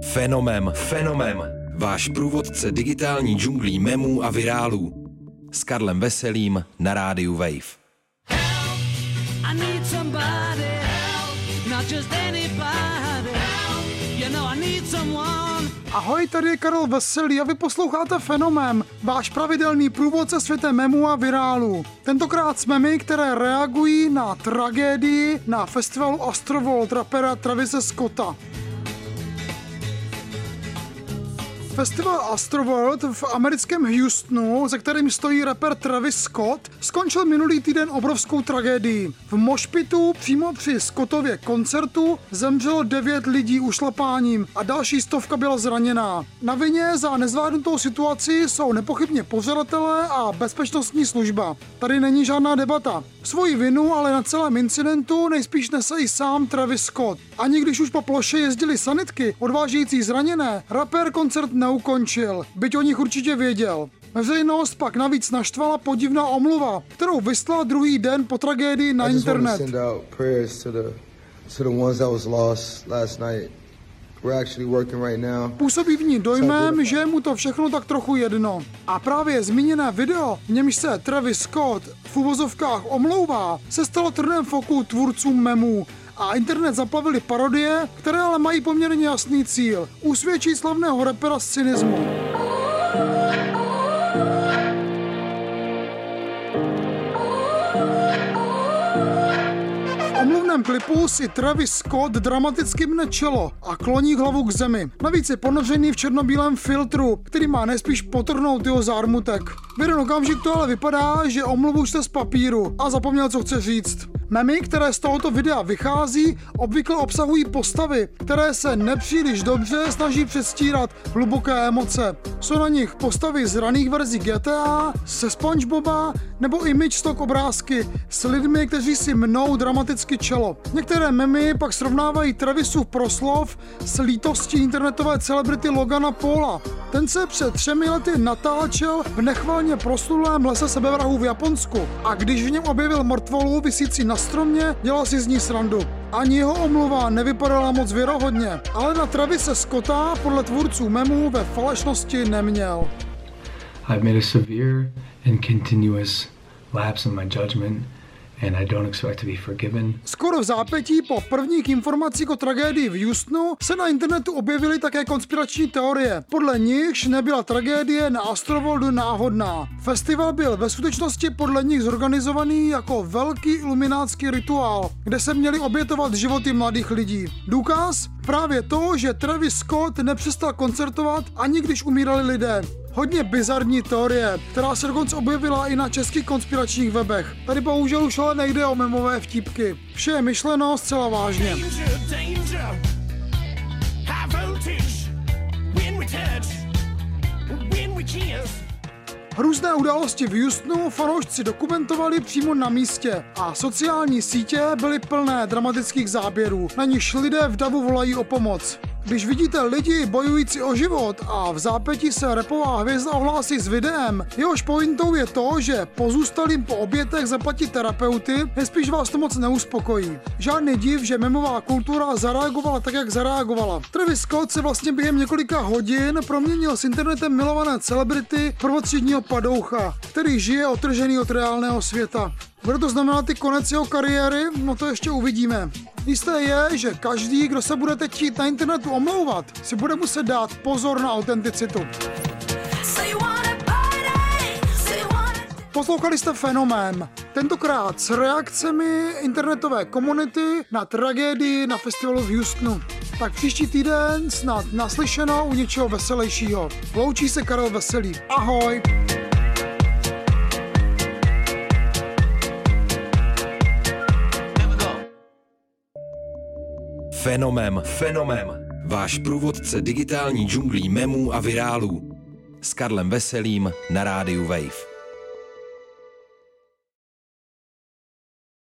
Fenomem. Váš průvodce digitální džunglí memů a virálů. S Karlem Veselým na rádiu Wave. Ahoj, tady je Karel Veselý a vy posloucháte Fenomem, váš pravidelný průvodce světem memů a virálů. Tentokrát s memy, které reagují na tragédii na festivalu Astroworld rapera Travise Scotta. Festival Astroworld v americkém Houstonu, za kterým stojí rapper Travis Scott, skončil minulý týden obrovskou tragédií. V mošpitu přímo při Scottově koncertu zemřelo 9 lidí ušlapáním a další 100 byla zraněná. Na vině za nezvládnutou situaci jsou nepochybně pořadatelé a bezpečnostní služba. Tady není žádná debata. Svoji vinu ale na celém incidentu nejspíš nese i sám Travis Scott. Ani když už po ploše jezdili sanitky odvážející zraněné, rapper koncert neukončil, byť o nich určitě věděl. Veřejnost pak navíc naštvala podivná omluva, kterou vyslal druhý den po tragédii na internet. Působí v ní dojmem, že je mu to všechno tak trochu jedno. A právě zmíněné video, v němž se Travis Scott v uvozovkách omlouvá, se stalo trnem v oku tvůrcům memů. A internet zaplavily parodie, které ale mají poměrně jasný cíl. Usvědčit slavného rapera z cynismu. V omluvném klipu si Travis Scott dramaticky mne čelo a kloní hlavu k zemi. Navíc je ponořený v černobílém filtru, který má nejspíš potrhnout jeho zármutek. V jeden okamžik to ale vypadá, že omluvu čte z papíru a zapomněl, co chce říct. Memy, které z tohoto videa vychází, obvykle obsahují postavy, které se nepříliš dobře snaží předstírat hluboké emoce. Jsou na nich postavy z raných verzí GTA, se SpongeBoba nebo image stock obrázky s lidmi, kteří si mnou dramaticky čelo. Některé memy pak srovnávají Travisův proslov s lítostí internetové celebrity Logana Paula. Ten se před 3 lety natáčel v nechvalně proslulém lese sebevrahů v Japonsku a když v něm objevil mrtvolu visící na stromě, dělal si z ní srandu. Ani jeho omluva nevypadala moc věrohodně, ale na Travise Scotta podle tvůrců memů ve falešnosti neměl. I've made a severe and continuous lapse in my judgment. And I don't expect to be forgiven. Skoro v zápětí po prvních informacích o tragédii v Houstonu se na internetu objevily také konspirační teorie. Podle nichž nebyla tragédie na Astroworldu náhodná. Festival byl ve skutečnosti podle nich zorganizovaný jako velký iluminátský rituál, kde se měly obětovat životy mladých lidí. Důkaz? Právě to, že Travis Scott nepřestal koncertovat, ani když umírali lidé. Hodně bizarní teorie, která se dokonce objevila i na českých konspiračních webech. Tady bohužel už ale nejde o memové vtípky. Vše je myšleno zcela vážně. Různé události v Houstonu fanoušci dokumentovali přímo na místě a sociální sítě byly plné dramatických záběrů, na nichž lidé v davu volají o pomoc. Když vidíte lidi bojující o život a v zápětí se rapová hvězda ohlásí s videem, jehož pointou je to, že pozůstalým po obětech zaplatí terapeuty, nejspíš vás to moc neuspokojí. Žádný div, že memová kultura zareagovala tak, jak zareagovala. Travis Scott se vlastně během několika hodin proměnil s internetem milované celebrity prvotřídního padoucha, který žije odtržený od reálného světa. Bude to znamenat i konec jeho kariéry? No to ještě uvidíme. Jisté je, že každý, kdo se bude teď chtít na internetu omlouvat, si bude muset dát pozor na autenticitu. Poslouchali jste Fenomén. Tentokrát s reakcemi internetové komunity na tragédii na festivalu v Houstonu. Tak příští týden snad naslyšeno u něčeho veselějšího. Loučí se Karel Veselý. Ahoj! Fenomem. Váš průvodce digitální džunglí memů a virálů. S Karlem Veselým na rádiu Wave.